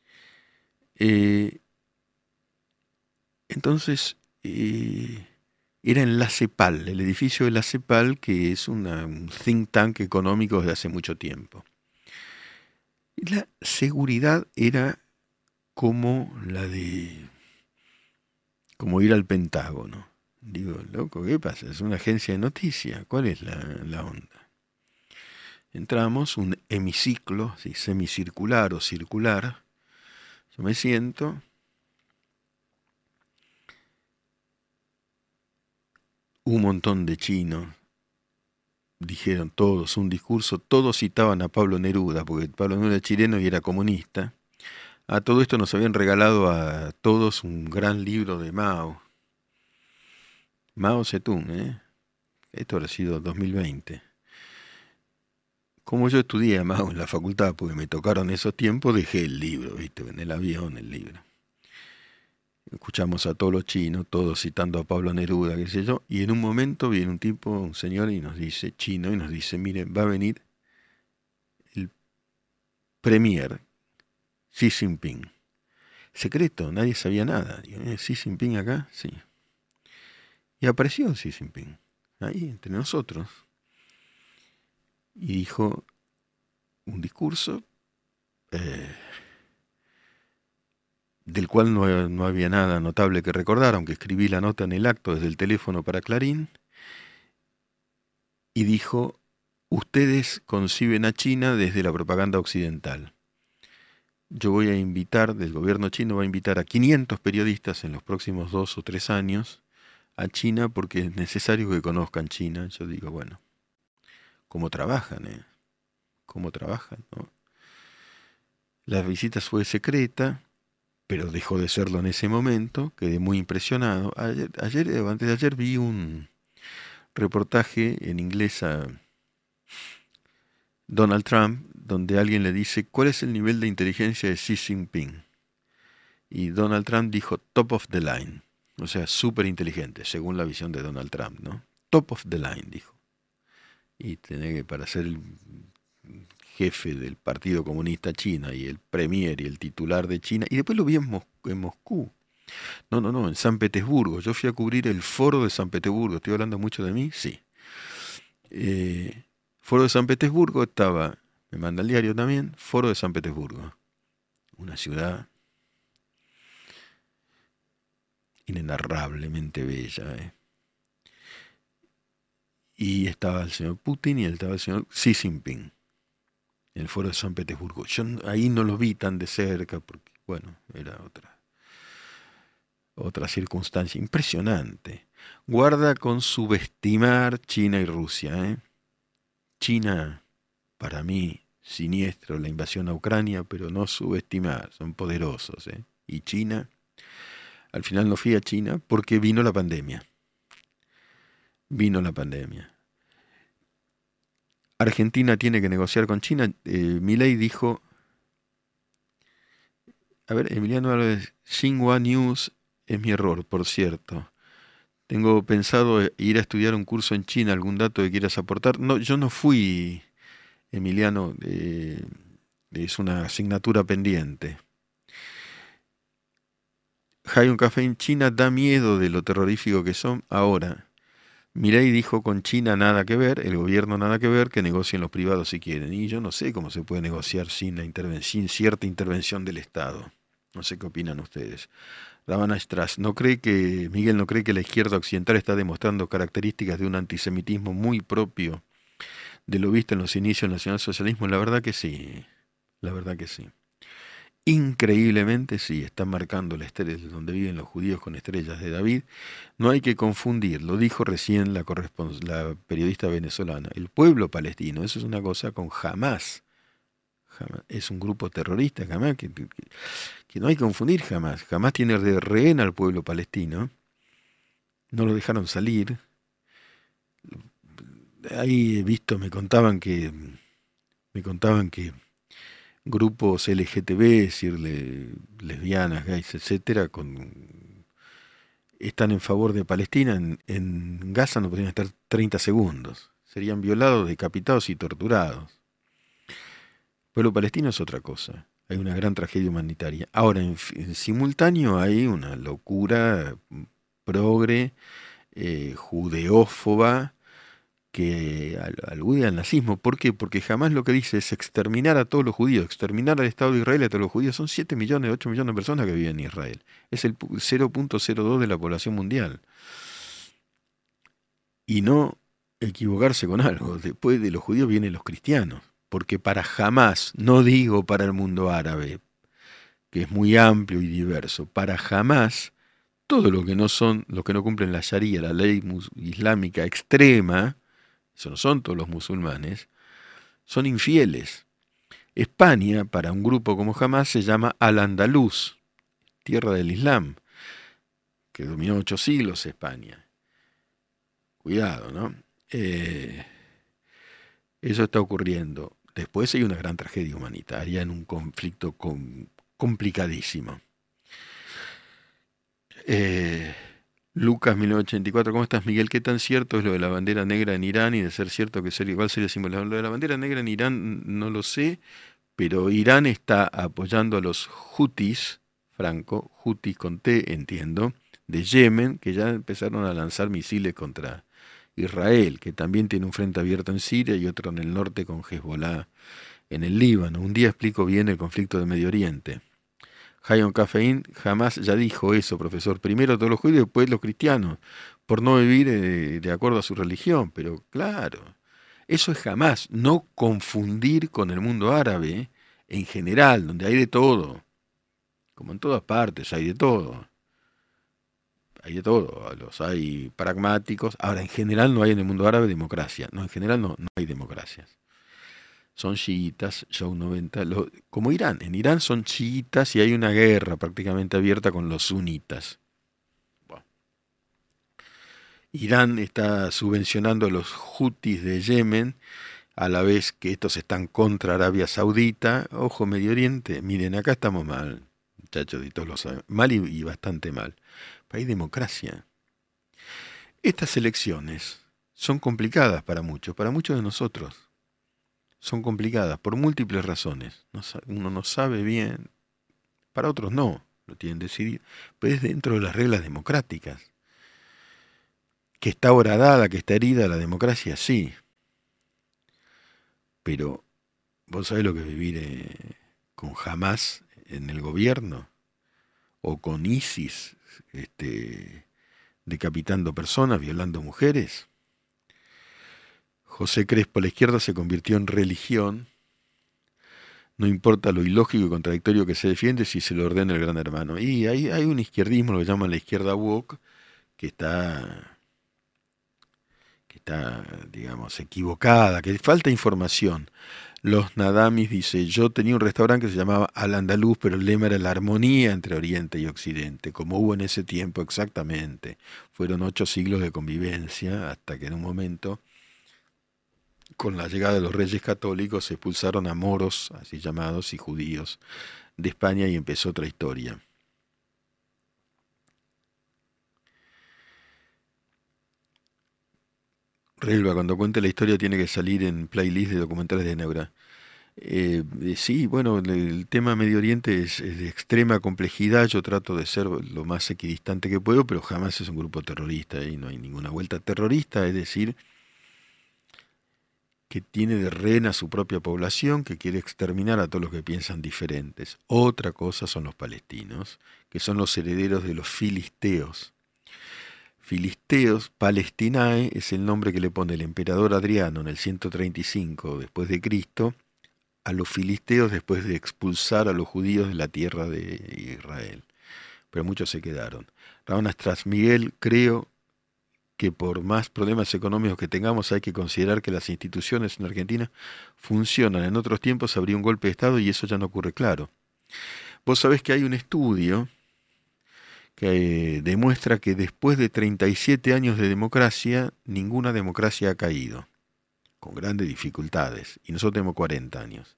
eh entonces, eh, era en la CEPAL, el edificio de la CEPAL, que es una, un think tank económico desde hace mucho tiempo. Y la seguridad era como la de, como ir al Pentágono. Digo, loco, ¿qué pasa? Es una agencia de noticias, ¿cuál es la, la onda? Entramos, un hemiciclo, ¿sí? Semicircular o circular. Yo me siento. Un montón de chinos. Dijeron todos un discurso, todos citaban a Pablo Neruda, porque Pablo Neruda era chileno y era comunista. A todo esto nos habían regalado a todos un gran libro de Mao. Mao Zedong, ¿eh? Esto habrá sido dos mil veinte. Como yo estudié a Mao en la facultad, porque me tocaron esos tiempos, dejé el libro, ¿viste? En el avión el libro. Escuchamos a todos los chinos, todos citando a Pablo Neruda, qué sé yo, y en un momento viene un tipo, un señor, y nos dice, chino, y nos dice, mire, va a venir el premier Xi Jinping. Secreto, nadie sabía nada. Digo, ¿eh, Xi Jinping acá? Sí. Y apareció Xi Jinping, ahí, entre nosotros. Y dijo un discurso eh, del cual no, no había nada notable que recordar, aunque escribí la nota en el acto desde el teléfono para Clarín, y dijo, ustedes conciben a China desde la propaganda occidental. Yo voy a invitar, del gobierno chino va a invitar a quinientos periodistas en los próximos dos o tres años a China porque es necesario que conozcan China. Yo digo, bueno, ¿cómo trabajan? Eh? ¿Cómo trabajan? ¿no? La visita fue secreta, pero dejó de serlo en ese momento, quedé muy impresionado. Ayer, ayer o antes de ayer vi un reportaje en inglés a Donald Trump, donde alguien le dice, ¿cuál es el nivel de inteligencia de Xi Jinping? Y Donald Trump dijo, top of the line, o sea, súper inteligente, según la visión de Donald Trump, ¿no? Top of the line, dijo. Y tiene que, para ser el jefe del Partido Comunista China y el premier y el titular de China, y después lo vi en, Mos en Moscú. No, no, no, en San Petersburgo. Yo fui a cubrir el foro de San Petersburgo. ¿Estoy hablando mucho de mí? Sí. Eh, foro de San Petersburgo estaba, me manda el diario también, foro de San Petersburgo. Una ciudad inenarrablemente bella. ¿eh? Y estaba el señor Putin y estaba el señor Xi Jinping. En el foro de San Petersburgo. Yo ahí no los vi tan de cerca porque, bueno, era otra, otra circunstancia impresionante. Guarda con subestimar China y Rusia. ¿eh? China, para mí, siniestro la invasión a Ucrania, pero no subestimar, son poderosos. ¿eh? Y China, al final no fui a China porque vino la pandemia. Vino la pandemia. Argentina tiene que negociar con China. Eh, Milei dijo, A ver, Emiliano Álvarez, Xinhua News es mi error, por cierto. Tengo pensado ir a estudiar un curso en China, ¿algún dato que quieras aportar? No, yo no fui, Emiliano, eh, es una asignatura pendiente. Hay un café en China, da miedo de lo terrorífico que son ahora. Milei dijo con China nada que ver, el gobierno nada que ver, que negocien los privados si quieren. Y yo no sé cómo se puede negociar sin, la interven sin cierta intervención del Estado. No sé qué opinan ustedes. Ravana Strass, ¿no cree que, Miguel, no cree que la izquierda occidental está demostrando características de un antisemitismo muy propio de lo visto en los inicios del nacionalsocialismo? La verdad que sí, la verdad que sí. Increíblemente sí, están marcando la estrella donde viven los judíos con estrellas de David. No hay que confundir, lo dijo recién la, la periodista venezolana, el pueblo palestino, eso es una cosa con Hamás. Hamás es un grupo terrorista, Hamás, que, que, que no hay que confundir Hamás. Hamás tiene de rehén al pueblo palestino, no lo dejaron salir. Ahí he visto, me contaban que, me contaban que grupos L G T B, es decir, le, lesbianas, gays, etcétera, con, están en favor de Palestina. En, en Gaza no podrían estar treinta segundos. Serían violados, decapitados y torturados. El pueblo palestino es otra cosa. Hay una gran tragedia humanitaria. Ahora, en, en simultáneo hay una locura progre, eh, judeófoba, que alude al nazismo. ¿Por qué? Porque jamás lo que dice es exterminar a todos los judíos, exterminar al Estado de Israel y a todos los judíos. Son siete millones, ocho millones de personas que viven en Israel. Es el cero punto cero dos de la población mundial. Y no equivocarse con algo. Después de los judíos vienen los cristianos. Porque para jamás, no digo para el mundo árabe, que es muy amplio y diverso, para jamás, todo lo que no son, los que no cumplen la Sharia, la ley islámica extrema, eso no son todos los musulmanes, son infieles. España, para un grupo como Hamás, se llama Al-Andalus, tierra del Islam, que dominó ocho siglos España. Cuidado, ¿no? Eh, eso está ocurriendo. Después hay una gran tragedia humanitaria en un conflicto com complicadísimo. Eh... Lucas mil novecientos ochenta y cuatro, ¿cómo estás, Miguel? ¿Qué tan cierto es lo de la bandera negra en Irán y de ser cierto que sería igual sería el símbolo? Lo de la bandera negra en Irán no lo sé, pero Irán está apoyando a los Houthis, Franco, Houthis con T, entiendo, de Yemen, que ya empezaron a lanzar misiles contra Israel, que también tiene un frente abierto en Siria y otro en el norte con Hezbollah en el Líbano. Un día explico bien el conflicto de Medio Oriente. Hayon Cafeín jamás ya dijo eso, profesor. Primero todos los judíos, después los cristianos, por no vivir eh, de acuerdo a su religión. Pero claro, eso es jamás. No confundir con el mundo árabe en general, donde hay de todo. Como en todas partes, hay de todo. Hay de todo. Los hay pragmáticos. Ahora, en general no hay en el mundo árabe democracia. No, en general no, no hay democracias. Son chiitas, son noventa, lo, como Irán. En Irán son chiitas y hay una guerra prácticamente abierta con los sunitas. Bueno. Irán está subvencionando a los Houthis de Yemen, a la vez que estos están contra Arabia Saudita. Ojo, Medio Oriente, miren, acá estamos mal, muchachos, y todos lo saben. Mal y, y bastante mal. Pero hay democracia. Estas elecciones son complicadas para muchos, para muchos de nosotros. Son complicadas por múltiples razones. No, uno no sabe bien, para otros no, lo tienen decidido, pero es dentro de las reglas democráticas. Que está horadada, que está herida la democracia, sí. Pero, ¿vos sabés lo que es vivir eh, con Hamás en el gobierno? O con ISIS este, decapitando personas, violando mujeres. José Crespo, la izquierda se convirtió en religión, no importa lo ilógico y contradictorio que se defiende si se lo ordena el gran hermano. Y hay, hay un izquierdismo, lo llaman la izquierda woke, que está, que está, digamos, equivocada, que falta información. Los Nadamis dice, yo tenía un restaurante que se llamaba Al-Andalus, pero el lema era la armonía entre Oriente y Occidente, como hubo en ese tiempo exactamente. Fueron ocho siglos de convivencia hasta que en un momento con la llegada de los reyes católicos se expulsaron a moros, así llamados, y judíos de España y empezó otra historia. Relva, cuando cuente la historia tiene que salir en playlist de documentales de Neura. Eh, eh, sí, bueno, el, el tema Medio Oriente es, es de extrema complejidad. Yo trato de ser lo más equidistante que puedo, pero jamás es un grupo terrorista y no hay ninguna vuelta terrorista, es decir, que tiene de rehén a su propia población, que quiere exterminar a todos los que piensan diferentes. Otra cosa son los palestinos, que son los herederos de los filisteos. Filisteos, Palestinae, es el nombre que le pone el emperador Adriano en el ciento treinta y cinco después de Cristo a los filisteos después de expulsar a los judíos de la tierra de Israel. Pero muchos se quedaron. Ramón Astras Miguel, creo que por más problemas económicos que tengamos hay que considerar que las instituciones en Argentina funcionan. En otros tiempos habría un golpe de Estado y eso ya no ocurre, claro. Vos sabés que hay un estudio que eh, demuestra que después de treinta y siete años de democracia, ninguna democracia ha caído, con grandes dificultades, y nosotros tenemos cuarenta años.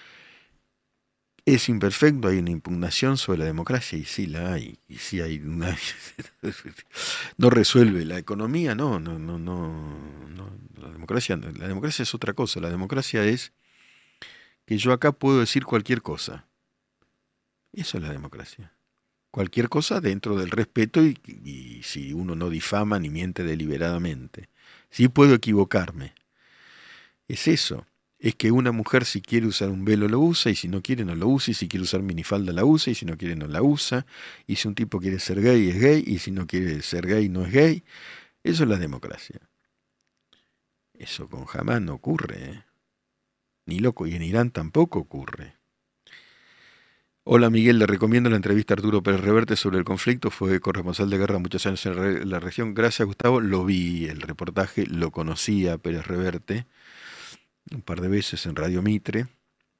¿Es imperfecto? ¿Hay una impugnación sobre la democracia? Y sí la hay. Y sí hay una... no resuelve la economía, no, no, no, no, no. La democracia, la democracia es otra cosa. La democracia es que yo acá puedo decir cualquier cosa. Eso es la democracia. Cualquier cosa dentro del respeto y, y si uno no difama ni miente deliberadamente. Sí puedo equivocarme. Es eso. Es que una mujer si quiere usar un velo lo usa y si no quiere no lo usa, y si quiere usar minifalda la usa y si no quiere no la usa, y si un tipo quiere ser gay es gay y si no quiere ser gay no es gay. Eso es la democracia. Eso con Hamás no ocurre, ¿eh? Ni loco, y en Irán tampoco ocurre. Hola Miguel, le recomiendo la entrevista a Arturo Pérez Reverte sobre el conflicto, fue corresponsal de guerra muchos años en la región. Gracias Gustavo, lo vi el reportaje, lo conocía a Pérez Reverte un par de veces en Radio Mitre,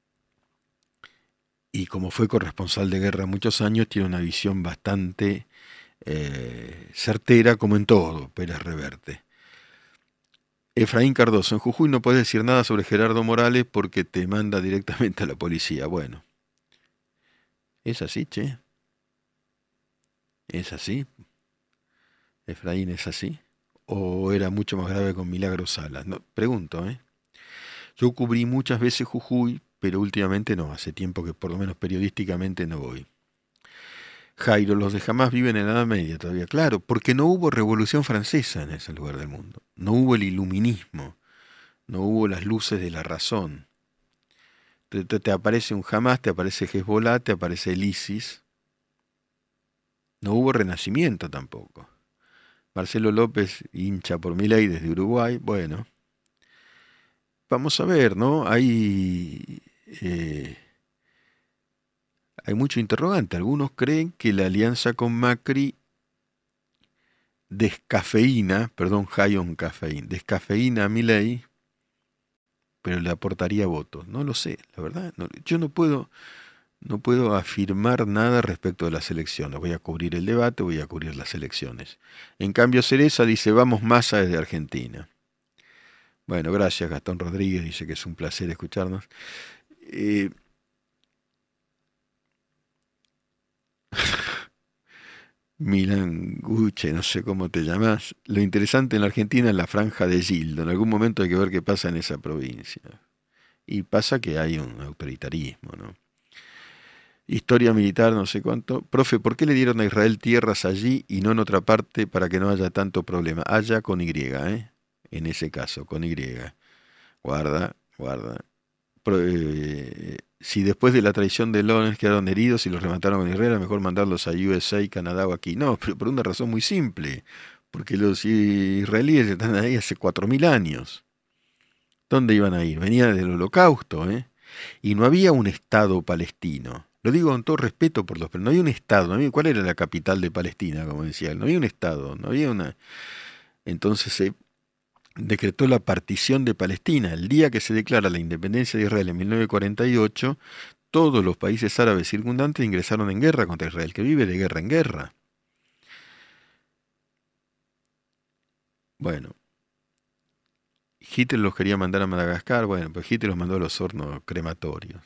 y como fue corresponsal de guerra muchos años, tiene una visión bastante eh, certera, como en todo, Pérez Reverte. Efraín Cardoso, en Jujuy no puedes decir nada sobre Gerardo Morales porque te manda directamente a la policía. Bueno, es así, che. ¿Es así? Efraín, ¿es así? ¿O era mucho más grave con Milagro Salas? No, pregunto, ¿eh? Yo cubrí muchas veces Jujuy, pero últimamente no, hace tiempo que por lo menos periodísticamente no voy. Jairo, los de Hamás viven en la Edad Media todavía, claro, porque no hubo revolución francesa en ese lugar del mundo, no hubo el iluminismo, no hubo las luces de la razón. Te, te, te aparece un Hamás, te aparece Hezbollah, te aparece el ISIS. No hubo renacimiento tampoco. Marcelo López, hincha por Milei desde Uruguay, bueno... Vamos a ver, ¿no? Hay, eh, hay mucho interrogante. Algunos creen que la alianza con Macri descafeína, perdón, high on caffeine, descafeína a Milei, pero le aportaría votos. No lo sé, la verdad. No, yo no puedo, no puedo afirmar nada respecto de las elecciones. Voy a cubrir el debate, voy a cubrir las elecciones. En cambio, Cereza dice, vamos Massa desde Argentina. Bueno, gracias Gastón Rodríguez, dice que es un placer escucharnos. Eh, Milan Guche, no sé cómo te llamás. Lo interesante en la Argentina es la franja de Gildo. En algún momento hay que ver qué pasa en esa provincia. Y pasa que hay un autoritarismo, ¿no? Historia militar, no sé cuánto. Profe, ¿por qué le dieron a Israel tierras allí y no en otra parte para que no haya tanto problema? Allá con Y, ¿eh? En ese caso, con Y. Guarda, guarda. Pro, eh, si después de la traición de Lawrence quedaron heridos y los remataron con Israel, mejor mandarlos a U S A, Canadá o aquí. No, pero por una razón muy simple. Porque los israelíes están ahí hace cuatro mil años. ¿Dónde iban a ir? Venía del Holocausto, ¿eh? Y no había un Estado palestino. Lo digo con todo respeto por los... Pero no había un Estado. No había, ¿cuál era la capital de Palestina, como decía él? No había un Estado, no había una... Entonces se... Eh, decretó la partición de Palestina. El día que se declara la independencia de Israel en mil novecientos cuarenta y ocho, todos los países árabes circundantes ingresaron en guerra contra Israel, que vive de guerra en guerra. Bueno, Hitler los quería mandar a Madagascar, bueno, pues Hitler los mandó a los hornos crematorios.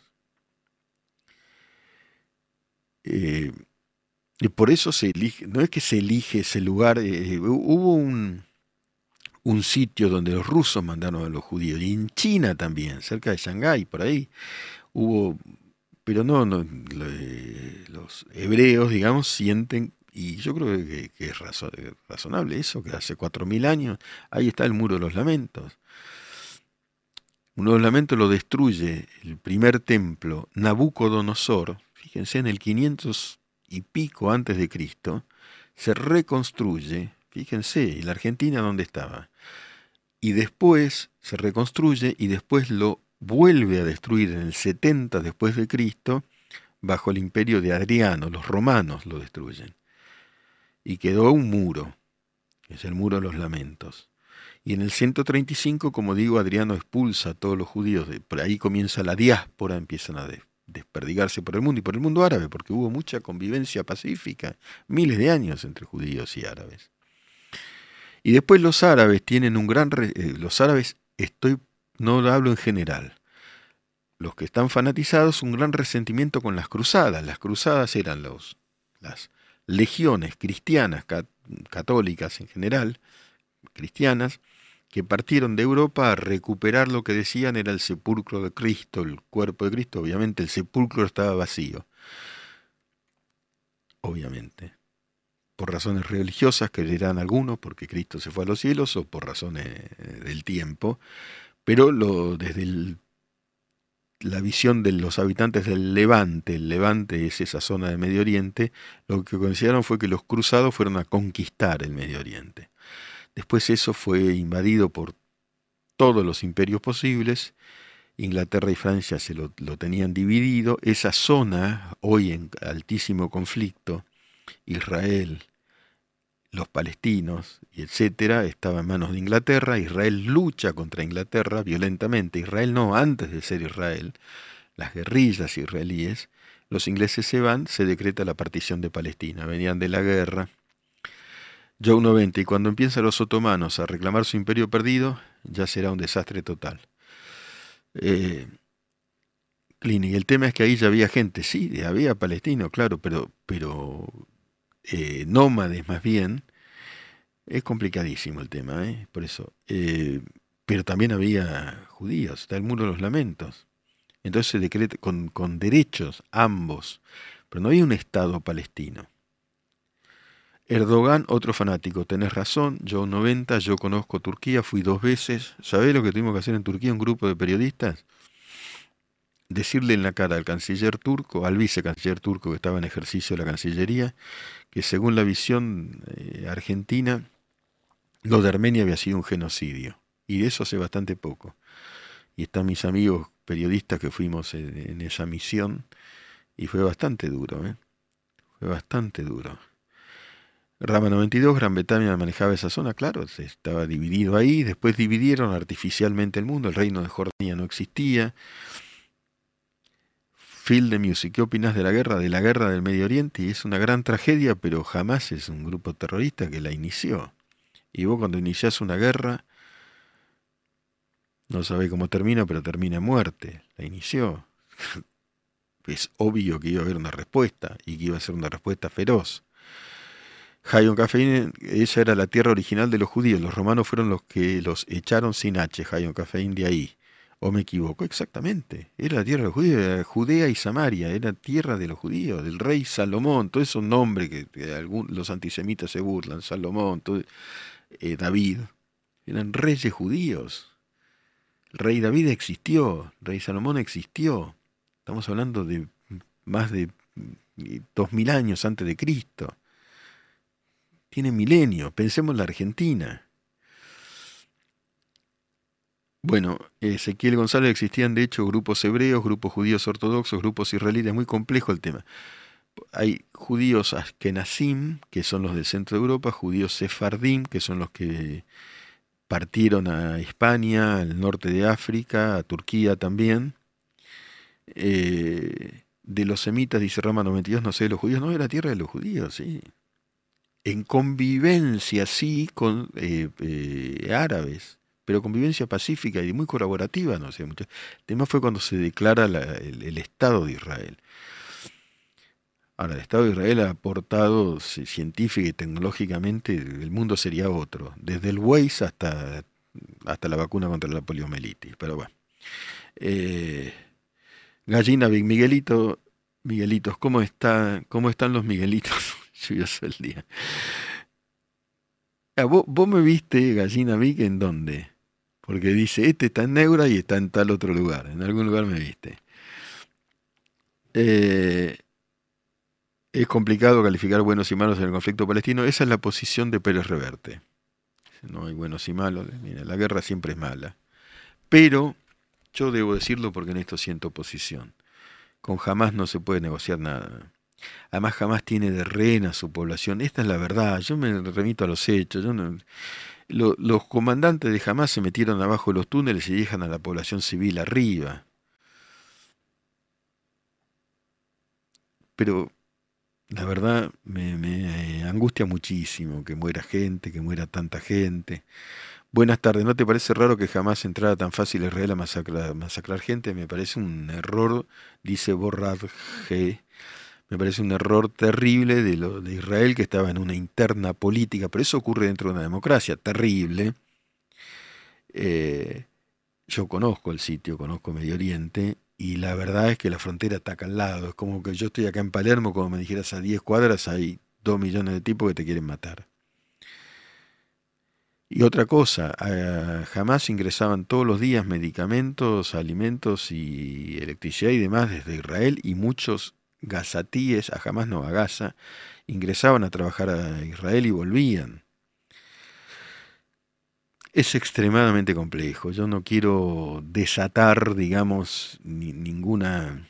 Eh, y por eso se elige, no es que se elige ese lugar, eh, hubo un, un sitio donde los rusos mandaron a los judíos, y en China también, cerca de Shanghái, por ahí, hubo, pero no, no lo, eh, los hebreos, digamos, sienten, y yo creo que, que es razo, razonable eso, que hace cuatro mil años, ahí está el Muro de los Lamentos. El Muro de los Lamentos lo destruye el primer templo, Nabucodonosor, fíjense, en el quinientos y pico antes de Cristo, se reconstruye, fíjense, ¿y la Argentina dónde estaba? Y después se reconstruye y después lo vuelve a destruir en el setenta después de Cristo, bajo el imperio de Adriano, los romanos lo destruyen. Y quedó un muro, que es el Muro de los Lamentos. Y en el ciento treinta y cinco, como digo, Adriano expulsa a todos los judíos, de, por ahí comienza la diáspora, empiezan a de, desperdigarse por el mundo y por el mundo árabe, porque hubo mucha convivencia pacífica, miles de años entre judíos y árabes. Y después los árabes tienen un gran... Re, eh, los árabes, estoy, no lo hablo en general, los que están fanatizados, un gran resentimiento con las cruzadas. Las cruzadas eran los, las legiones cristianas, cat, católicas en general, cristianas, que partieron de Europa a recuperar lo que decían era el sepulcro de Cristo, el cuerpo de Cristo. Obviamente el sepulcro estaba vacío, obviamente, por razones religiosas, creerán algunos, porque Cristo se fue a los cielos, o por razones del tiempo, pero lo, desde el, la visión de los habitantes del Levante, el Levante es esa zona de Medio Oriente, lo que consideraron fue que los cruzados fueron a conquistar el Medio Oriente. Después eso fue invadido por todos los imperios posibles. Inglaterra y Francia se lo, lo tenían dividido. Esa zona, hoy en altísimo conflicto, Israel, los palestinos, y etcétera, estaba en manos de Inglaterra. Israel lucha contra Inglaterra violentamente. Israel no, antes de ser Israel, las guerrillas israelíes, los ingleses se van, se decreta la partición de Palestina. Venían de la guerra. Joe noventa, y cuando empiezan los otomanos a reclamar su imperio perdido, ya será un desastre total. Eh, Clini, el tema es que ahí ya había gente, sí, había palestinos, claro, pero, pero eh, nómades más bien. Es complicadísimo el tema, ¿eh? Por eso. Eh, pero también había judíos, está el Muro de los Lamentos. Entonces se decreta con, con derechos, ambos, pero no había un Estado palestino. Erdogan, otro fanático, tenés razón, yo noventa, yo conozco Turquía, fui dos veces. ¿Sabés lo que tuvimos que hacer en Turquía, un grupo de periodistas? Decirle en la cara al canciller turco, al vicecanciller turco que estaba en ejercicio de la Cancillería, que según la visión eh, argentina, lo de Armenia había sido un genocidio. Y de eso hace bastante poco. Y están mis amigos periodistas que fuimos en, en esa misión, y fue bastante duro, ¿eh? Fue bastante duro. Rama noventa y dos, Gran Bretaña manejaba esa zona, claro, se estaba dividido ahí, después dividieron artificialmente el mundo, el reino de Jordania no existía. Field de Music, ¿qué opinas de la guerra? De la guerra del Medio Oriente, y es una gran tragedia, pero jamás es un grupo terrorista que la inició. Y vos cuando iniciás una guerra, no sabés cómo termina, pero termina en muerte, la inició. Es obvio que iba a haber una respuesta, y que iba a ser una respuesta feroz. Hayon Cafeín, esa era la tierra original de los judíos. Los romanos fueron los que los echaron sin H, Hayon Cafeín, de ahí. ¿O me equivoco? Exactamente. Era la tierra de los judíos, era Judea y Samaria, era tierra de los judíos, del rey Salomón, todos esos nombres que, que algún, los antisemitas se burlan, Salomón, todo, eh, David, eran reyes judíos. El rey David existió, el rey Salomón existió. Estamos hablando de más de dos mil años antes de Cristo. Tiene milenios, pensemos en la Argentina. Bueno, Ezequiel González, existían de hecho grupos hebreos, grupos judíos ortodoxos, grupos israelíes, muy complejo el tema. Hay judíos ashkenazim, que son los del centro de Europa, judíos sefardim, que son los que partieron a España, al norte de África, a Turquía también. Eh, de los semitas, dice Rama noventa y dos, no sé, de los judíos, no, era tierra de los judíos, sí. En convivencia, sí, con eh, eh, árabes, pero convivencia pacífica y muy colaborativa, no sé, mucho. El tema fue cuando se declara la, el, el Estado de Israel. Ahora, el Estado de Israel ha aportado científica y tecnológicamente, el mundo sería otro, desde el Waze hasta, hasta la vacuna contra la poliomielitis, pero bueno. Eh, Gallina, Big Miguelito, Miguelitos, ¿cómo está, cómo están los Miguelitos? Lluvioso el día. Ah, ¿vos, vos me viste, Gallina Big, ¿en dónde? Porque dice, este está en Neura y está en tal otro lugar, en algún lugar me viste. Eh... Es complicado calificar buenos y malos en el conflicto palestino. Esa es la posición de Pérez Reverte. No hay buenos y malos. Mira, la guerra siempre es mala. Pero, yo debo decirlo porque en esto siento posición. Con Hamás no se puede negociar nada. Además, Hamás tiene de rehén a su población. Esta es la verdad. Yo me remito a los hechos. Yo no, lo, los comandantes de Hamás se metieron abajo de los túneles y dejan a la población civil arriba. Pero... la verdad me, me angustia muchísimo que muera gente, que muera tanta gente. Buenas tardes, ¿no te parece raro que jamás entrara tan fácil Israel a masacrar, masacrar gente? Me parece un error, dice Borrad G. Me parece un error terrible de, lo, de Israel, que estaba en una interna política, pero eso ocurre dentro de una democracia, terrible. Eh, yo conozco el sitio, conozco Medio Oriente, y la verdad es que la frontera está acá al lado. Es como que yo estoy acá en Palermo, como me dijeras a diez cuadras, hay dos millones de tipos que te quieren matar. Y otra cosa, eh, jamás ingresaban todos los días medicamentos, alimentos y electricidad y demás desde Israel, y muchos gazatíes, a jamás no, a Gaza, ingresaban a trabajar a Israel y volvían. Es extremadamente complejo. Yo no quiero desatar, digamos, ni, ninguna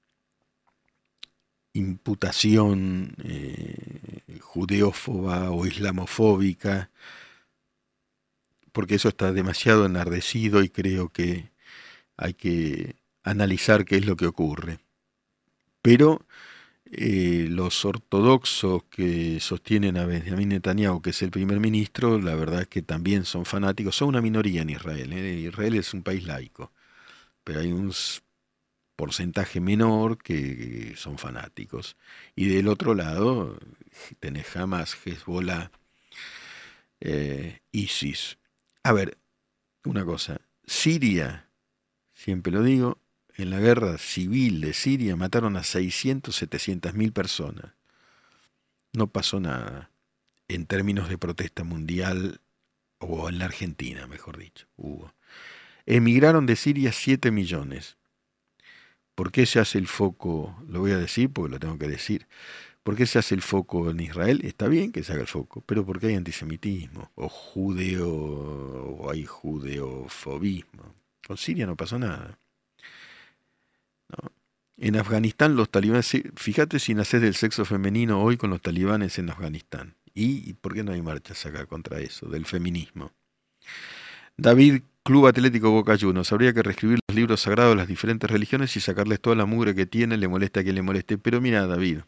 imputación eh, judeófoba o islamofóbica, porque eso está demasiado enardecido y creo que hay que analizar qué es lo que ocurre. Pero eh, los ortodoxos que sostienen a Benjamín Netanyahu, que es el primer ministro, la verdad es que también son fanáticos. Son una minoría en Israel. ¿eh? Israel es un país laico, pero hay un porcentaje menor que son fanáticos. Y del otro lado tenés Hamas, Hezbollah, eh, ISIS. A ver, una cosa. Siria, siempre lo digo, en la guerra civil de Siria mataron a seiscientas, setecientas mil personas. No pasó nada en términos de protesta mundial, o en la Argentina, mejor dicho, hubo. Emigraron de Siria siete millones. ¿Por qué se hace el foco? Lo voy a decir porque lo tengo que decir. ¿Por qué se hace el foco en Israel? Está bien que se haga el foco, pero porque hay antisemitismo, o judeo, o hay judeofobismo. Con Siria no pasó nada. ¿No? En Afganistán los talibanes, fíjate si nacés del sexo femenino hoy con los talibanes en Afganistán. ¿Y por qué no hay marchas acá contra eso, del feminismo? David, Club Atlético Boca Juniors, habría que reescribir los libros sagrados de las diferentes religiones y sacarles toda la mugre que tienen, le molesta a quien le moleste. Pero mira, David,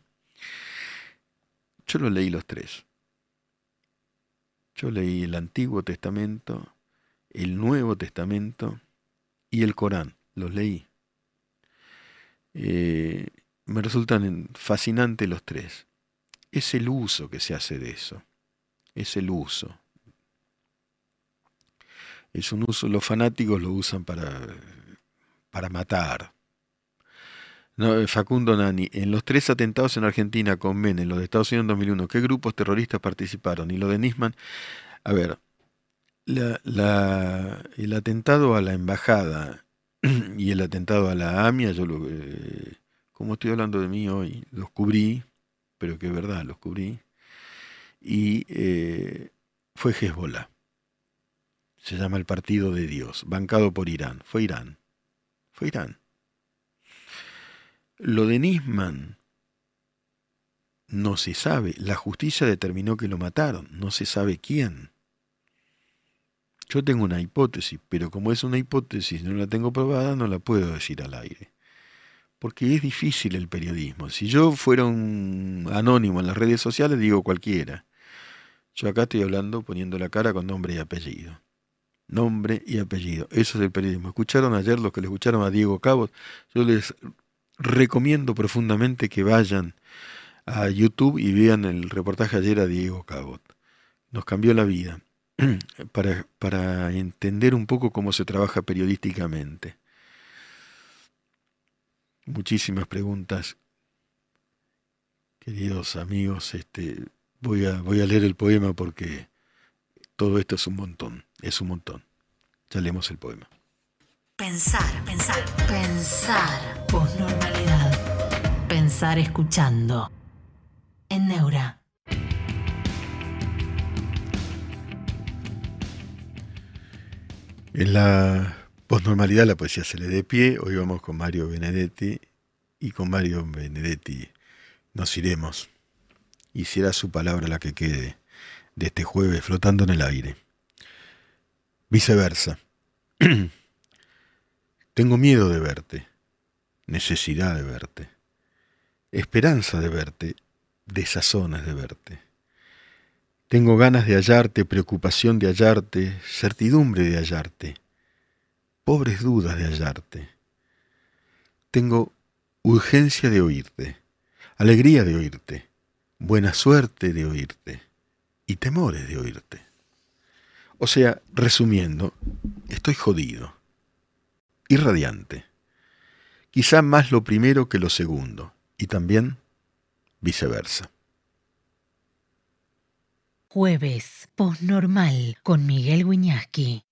yo lo leí los tres. Yo leí el Antiguo Testamento, el Nuevo Testamento y el Corán. Los leí. Eh, me resultan fascinantes los tres. Es el uso que se hace de eso. Es el uso. Es un uso, los fanáticos lo usan para, para matar. No, Facundo Nani, en los tres atentados en Argentina con Menem, los de Estados Unidos en dos mil uno, ¿qué grupos terroristas participaron? Y lo de Nisman, a ver, la, la, el atentado a la embajada y el atentado a la AMIA, yo lo, eh, como estoy hablando de mí hoy, los cubrí, pero que es verdad, los cubrí, y eh, fue Hezbollah. Se llama el Partido de Dios, bancado por Irán. Fue Irán. Fue Irán. Lo de Nisman no se sabe. La justicia determinó que lo mataron. No se sabe quién. Yo tengo una hipótesis, pero como es una hipótesis y no la tengo probada, no la puedo decir al aire. Porque es difícil el periodismo. Si yo fuera un anónimo en las redes sociales, digo cualquiera. Yo acá estoy hablando poniendo la cara con nombre y apellido. nombre y apellido. Eso es el periodismo. ¿Escucharon ayer los que le escucharon a Diego Cabot? Yo les recomiendo profundamente que vayan a YouTube y vean el reportaje ayer a Diego Cabot. Nos cambió la vida para, para entender un poco cómo se trabaja periodísticamente. Muchísimas preguntas. Queridos amigos, este, voy a, voy a leer el poema porque todo esto es un montón, es un montón. Ya leemos el poema. Pensar, pensar, pensar. Posnormalidad. Pensar escuchando. En Neura. En la posnormalidad la poesía se le dé pie. Hoy vamos con Mario Benedetti y con Mario Benedetti nos iremos. Y será su palabra la que quede de este jueves flotando en el aire. Viceversa. Tengo miedo de verte, necesidad de verte, esperanza de verte, desazones de verte. Tengo ganas de hallarte, preocupación de hallarte, certidumbre de hallarte, pobres dudas de hallarte. Tengo urgencia de oírte, alegría de oírte, buena suerte de oírte y temores de oírte. O sea, resumiendo, estoy jodido, irradiante, quizá más lo primero que lo segundo, y también viceversa. Jueves, Posnormal, con Miguel Wiñaski.